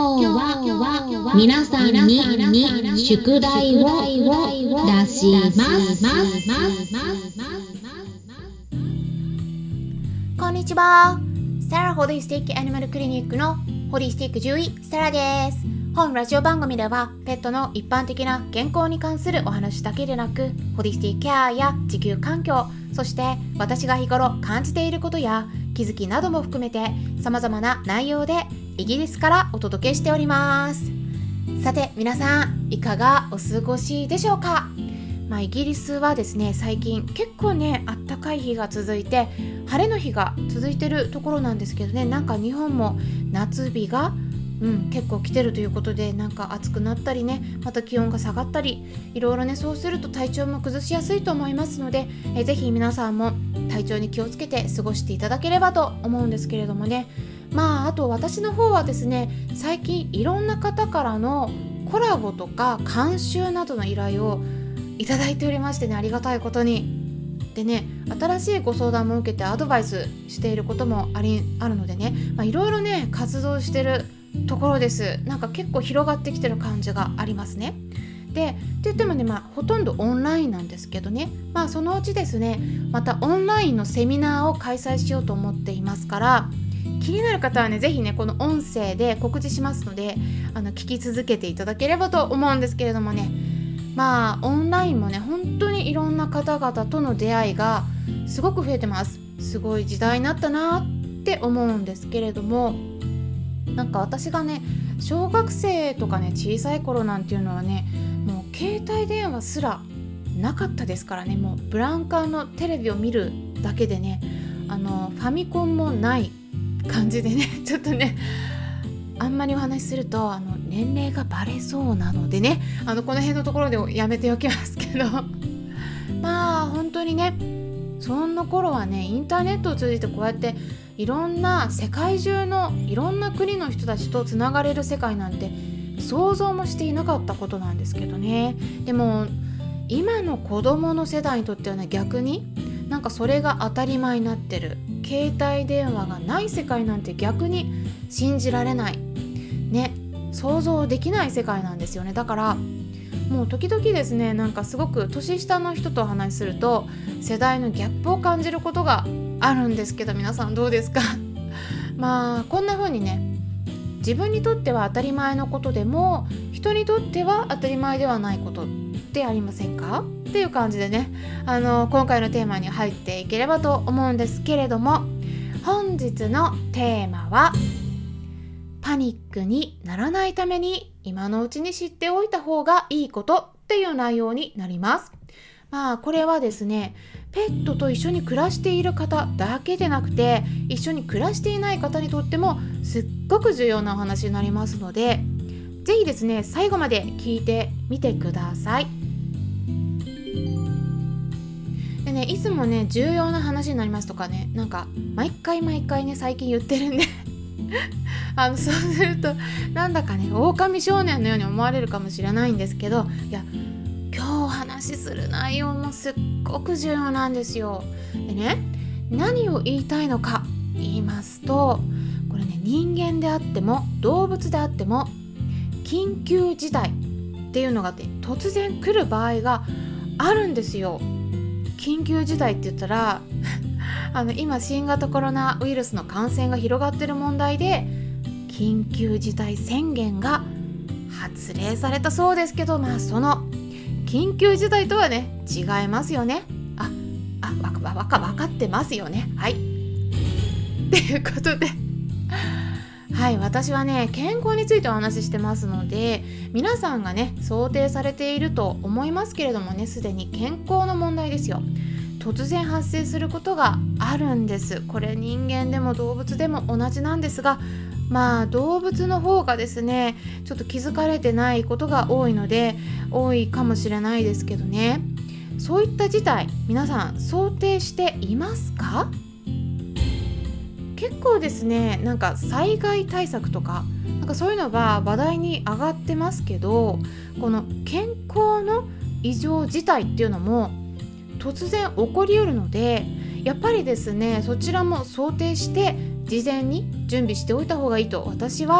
は皆さんに宿題を出します。 こんにちは。サラホリスティックアニマルクリニックのホリスティック獣医サラです。本ラジオ番組ではペットの一般的な健康に関するお話だけでなく、ホリスティックケアや地球環境、そして私が日頃感じていることや気づきなども含めて様々な内容でイギリスからお届けしております。さて皆さん、いかがお過ごしでしょうか。イギリスはですね、最近結構ね、あったかい日が続いて晴れの日が続いてるところなんですけどね、なんか日本も夏日が結構来てるということで、なんか暑くなったりね、また気温が下がったり、いろいろね、そうすると体調も崩しやすいと思いますので、ぜひ皆さんも体調に気をつけて過ごしていただければと思うんですけれどもね。あと私の方はですね、最近いろんな方からのコラボとか監修などの依頼をいただいておりましてね、ありがたいことに。でね、新しいご相談も受けてアドバイスしていることもあるのでね、いろいろね、活動してるところです。なんか結構広がってきてる感じがありますね。で、って言ってもね、ほとんどオンラインなんですけどね、そのうちですね、またオンラインのセミナーを開催しようと思っていますから、気になる方はね、ぜひね、この音声で告知しますので、聞き続けていただければと思うんですけれどもね、オンラインもね、本当にいろんな方々との出会いがすごく増えてます。すごい時代になったなって思うんですけれども、なんか私がね、小学生とかね、小さい頃なんていうのはね、もう携帯電話すらなかったですからね、もうブランカーのテレビを見るだけでね、ファミコンもない感じでね、ちょっとね、あんまりお話しすると年齢がバレそうなのでね、この辺のところでやめておきますけど本当にね、そんな頃はね、インターネットを通じてこうやっていろんな世界中のいろんな国の人たちとつながれる世界なんて想像もしていなかったことなんですけどね。でも今の子供の世代にとってはね、逆になんかそれが当たり前になってる。携帯電話がない世界なんて逆に信じられないね、想像できない世界なんですよね。だからもう時々ですね、なんかすごく年下の人とお話しすると世代のギャップを感じることがあるんですけど、皆さんどうですかこんな風にね、自分にとっては当たり前のことでも人にとっては当たり前ではないことってありませんかっていう感じでね、今回のテーマに入っていければと思うんですけれども、本日のテーマはパニックにならないために今のうちに知っておいた方がいいことっていう内容になります。これはですね、ペットと一緒に暮らしている方だけでなくて、一緒に暮らしていない方にとってもすっごく重要なお話になりますので、ぜひですね、最後まで聞いてみてください。でね、いつもね、重要な話になりますとかね、なんか毎回ね、最近言ってるんでそうするとなんだかね、狼少年のように思われるかもしれないんですけど、いや、今日お話しする内容もすっごく重要なんですよ。でね、何を言いたいのか言いますと、これね、人間であっても動物であっても緊急事態っていうのが、ね、突然来る場合があるんですよ。緊急事態って言ったら今新型コロナウイルスの感染が広がっている問題で緊急事態宣言が発令されたそうですけど、その緊急事態とはね、違いますよね。わかってますよね。はい。っていうことではい、私はね、健康についてお話ししてますので、皆さんがね、想定されていると思いますけれどもね、すでに健康の問題ですよ。突然発生することがあるんです。これ人間でも動物でも同じなんですが、動物の方がですね、ちょっと気づかれてないことが多いかもしれないですけどね。そういった事態、皆さん想定していますか？結構ですね、なんか災害対策とか、なんかそういうのが話題に上がってますけど、この健康の異常事態っていうのも突然起こりうるので、やっぱりですね、そちらも想定して事前に準備しておいた方がいいと私は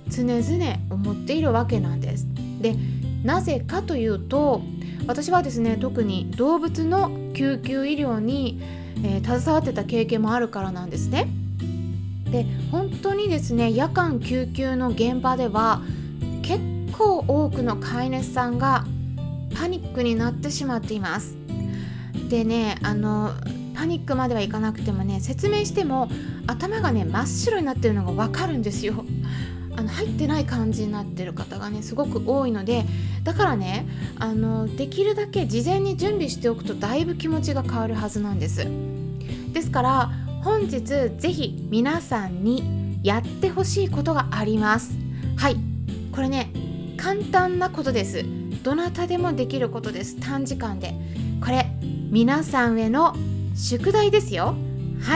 常々思っているわけなんです。で、なぜかというと、私はですね、特に動物の救急医療に、携わってた経験もあるからなんですね。で、本当にですね、夜間救急の現場では結構多くの飼い主さんがパニックになってしまっています。でね、パニックまではいかなくてもね、説明しても頭がね真っ白になってるのがわかるんですよ。入ってない感じになってる方がねすごく多いので、だからね、できるだけ事前に準備しておくとだいぶ気持ちが変わるはずなんです。ですから本日ぜひ皆さんにやってほしいことがあります。はい、これね簡単なことです。どなたでもできることです。短時間で。これ皆さんへの宿題ですよ。はい、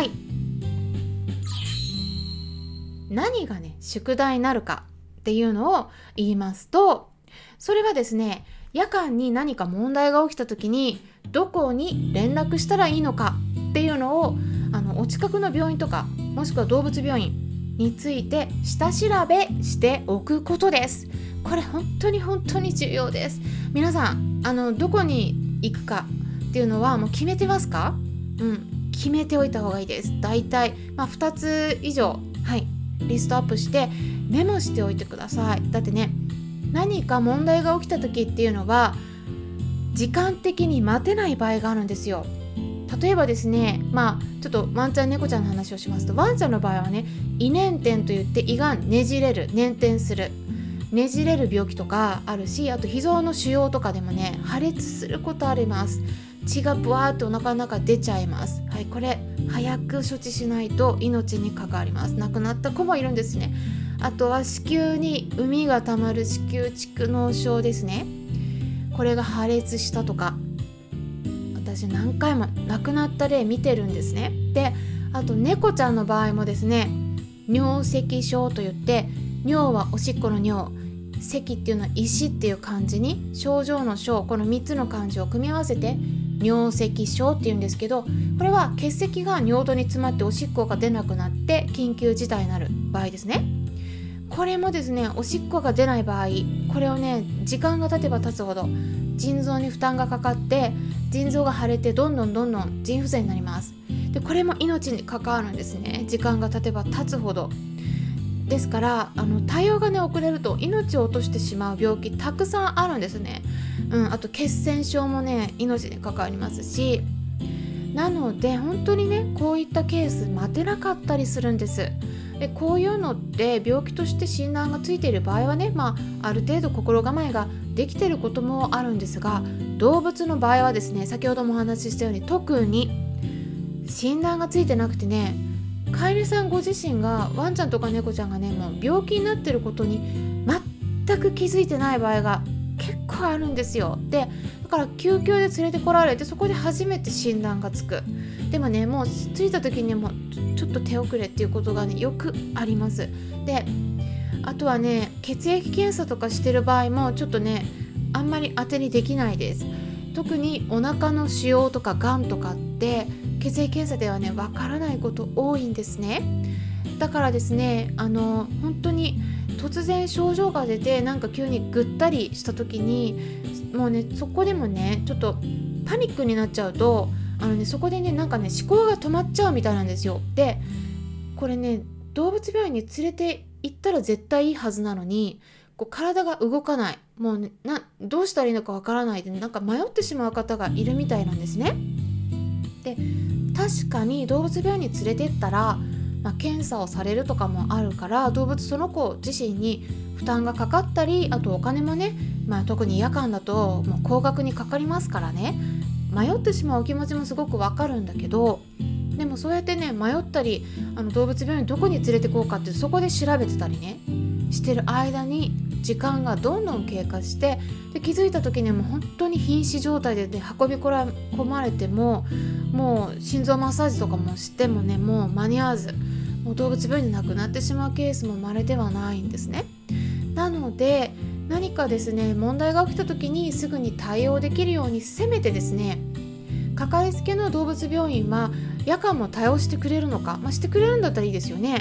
何がね宿題になるかっていうのを言いますと、それはですね、夜間に何か問題が起きた時にどこに連絡したらいいのかっていうのをお近くの病院とか、もしくは動物病院について下調べしておくことです。これ本当に重要です。皆さんどこに行くかっていうのはもう決めてますか？決めておいた方がいいです。だいたい2つ以上、リストアップしてメモしておいてください。だってね、何か問題が起きた時っていうのは時間的に待てない場合があるんですよ。例えばですね、ちょっとワンちゃん猫ちゃんの話をしますと、ワンちゃんの場合はね、胃粘点といって胃がねじれる、粘点する、ねじれる病気とかあるし、あと脾臓の腫瘍とかでもね破裂することあります。血がブワーってお腹の中出ちゃいます。これ早く処置しないと命に関わります。亡くなった子もいるんですね。あとは子宮に膿がたまる子宮蓄膿症ですね。これが破裂したとか、私何回も亡くなった例見てるんですね。で、あと猫ちゃんの場合もですね、尿石症といって、尿はおしっこの尿、石っていうのは石っていう漢字に症状の症、この3つの漢字を組み合わせて尿石症っていうんですけど、これは結石が尿道に詰まっておしっこが出なくなって緊急事態になる場合ですね。これもですね、おしっこが出ない場合、これをね時間が経てば経つほど腎臓に負担がかかって腎臓が腫れてどんどん腎不全になります。で、これも命に関わるんですね。時間が経てば経つほど。ですから対応がね遅れると命を落としてしまう病気たくさんあるんですね。あと血栓症もね命に関わりますし、なので本当にねこういったケース待てなかったりするんです。で、こういうのって病気として診断がついている場合はね、ある程度心構えができていることもあるんですが、動物の場合はですね、先ほどもお話ししたように特に診断がついてなくてね、飼い主さんご自身がワンちゃんとか猫ちゃんがねもう病気になってることに全く気づいてない場合が結構あるんですよ。で、だから救急で連れてこられて、そこで初めて診断がつく。でもね、もう着いた時にもうちょっと手遅れっていうことがねよくあります。で、あとはね、血液検査とかしてる場合もちょっとねあんまり当てにできないです。特にお腹の腫瘍とかがんとかって血液検査ではねわからないこと多いんですね。だからですね、本当に突然症状が出てなんか急にぐったりした時にもうねそこでもねちょっとパニックになっちゃうとそこでねなんかね思考が止まっちゃうみたいなんですよ。で、これね動物病院に連れて行ったら絶対いいはずなのに、こう体が動かない、もうねどうしたらいいのかわからないで、なんか迷ってしまう方がいるみたいなんですね。で、確かに動物病院に連れて行ったら、検査をされるとかもあるから、動物その子自身に負担がかかったり、あとお金もね、特に夜間だともう高額にかかりますからね、迷ってしまうお気持ちもすごくわかるんだけど、でもそうやってね迷ったり動物病院どこに連れてこうかってそこで調べてたりねしてる間に時間がどんどん経過して、で気づいた時にはもう本当に瀕死状態で、運び込まれてもう心臓マッサージとかもしてもねもう間に合わず、もう動物病院で亡くなってしまうケースも稀ではないんですね。なので何かですね問題が起きた時にすぐに対応できるように、せめてですねかかりつけの動物病院は夜間も対応してくれるのか、してくれるんだったらいいですよね。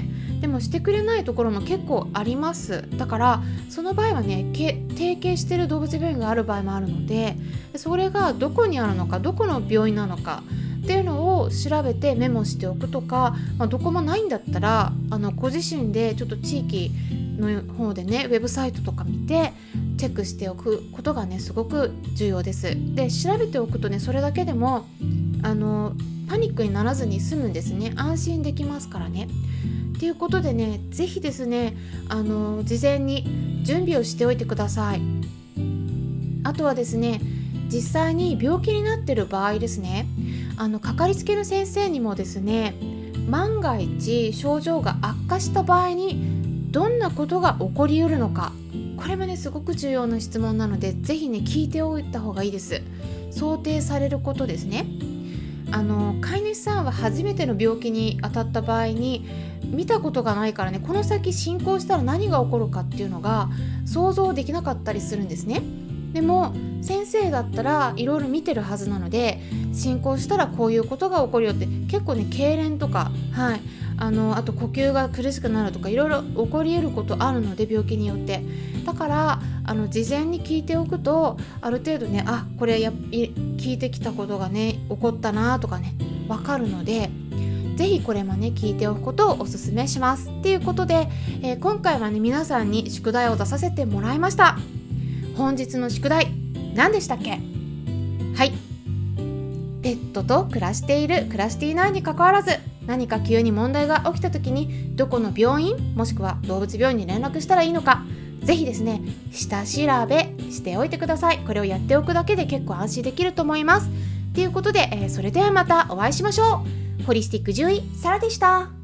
でもしてくれないところも結構あります。だからその場合はね、提携している動物病院がある場合もあるので、それがどこにあるのか、どこの病院なのかっていうのを調べてメモしておくとか、どこもないんだったらご自身でちょっと地域の方でねウェブサイトとか見てチェックしておくことがねすごく重要です。で調べておくとね、それだけでもパニックにならずに済むんですね。安心できますからね。ということでね、ぜひですね事前に準備をしておいてください。あとはですね、実際に病気になっている場合ですね、かかりつけの先生にもですね、万が一症状が悪化した場合にどんなことが起こりうるのか、これもねすごく重要な質問なので、ぜひね聞いておいた方がいいです。想定されることですね。飼い主さんは初めての病気に当たった場合に見たことがないからね、この先進行したら何が起こるかっていうのが想像できなかったりするんですね。でも先生だったらいろいろ見てるはずなので、進行したらこういうことが起こるよって結構ね、痙攣とか、あと呼吸が苦しくなるとかいろいろ起こり得ることあるので、病気によって。だから事前に聞いておくと、ある程度ね、これ聞いてきたことがね起こったなとかねわかるので、ぜひこれもね聞いておくことをおすすめします。ということで、今回はね皆さんに宿題を出させてもらいました。本日の宿題何でしたっけ？はい、ペットと暮らしている暮らしていないに関わらず、何か急に問題が起きた時にどこの病院もしくは動物病院に連絡したらいいのか、ぜひですね下調べしておいてください。これをやっておくだけで結構安心できると思います。ということで、それではまたお会いしましょう。ホリスティック獣医サラでした。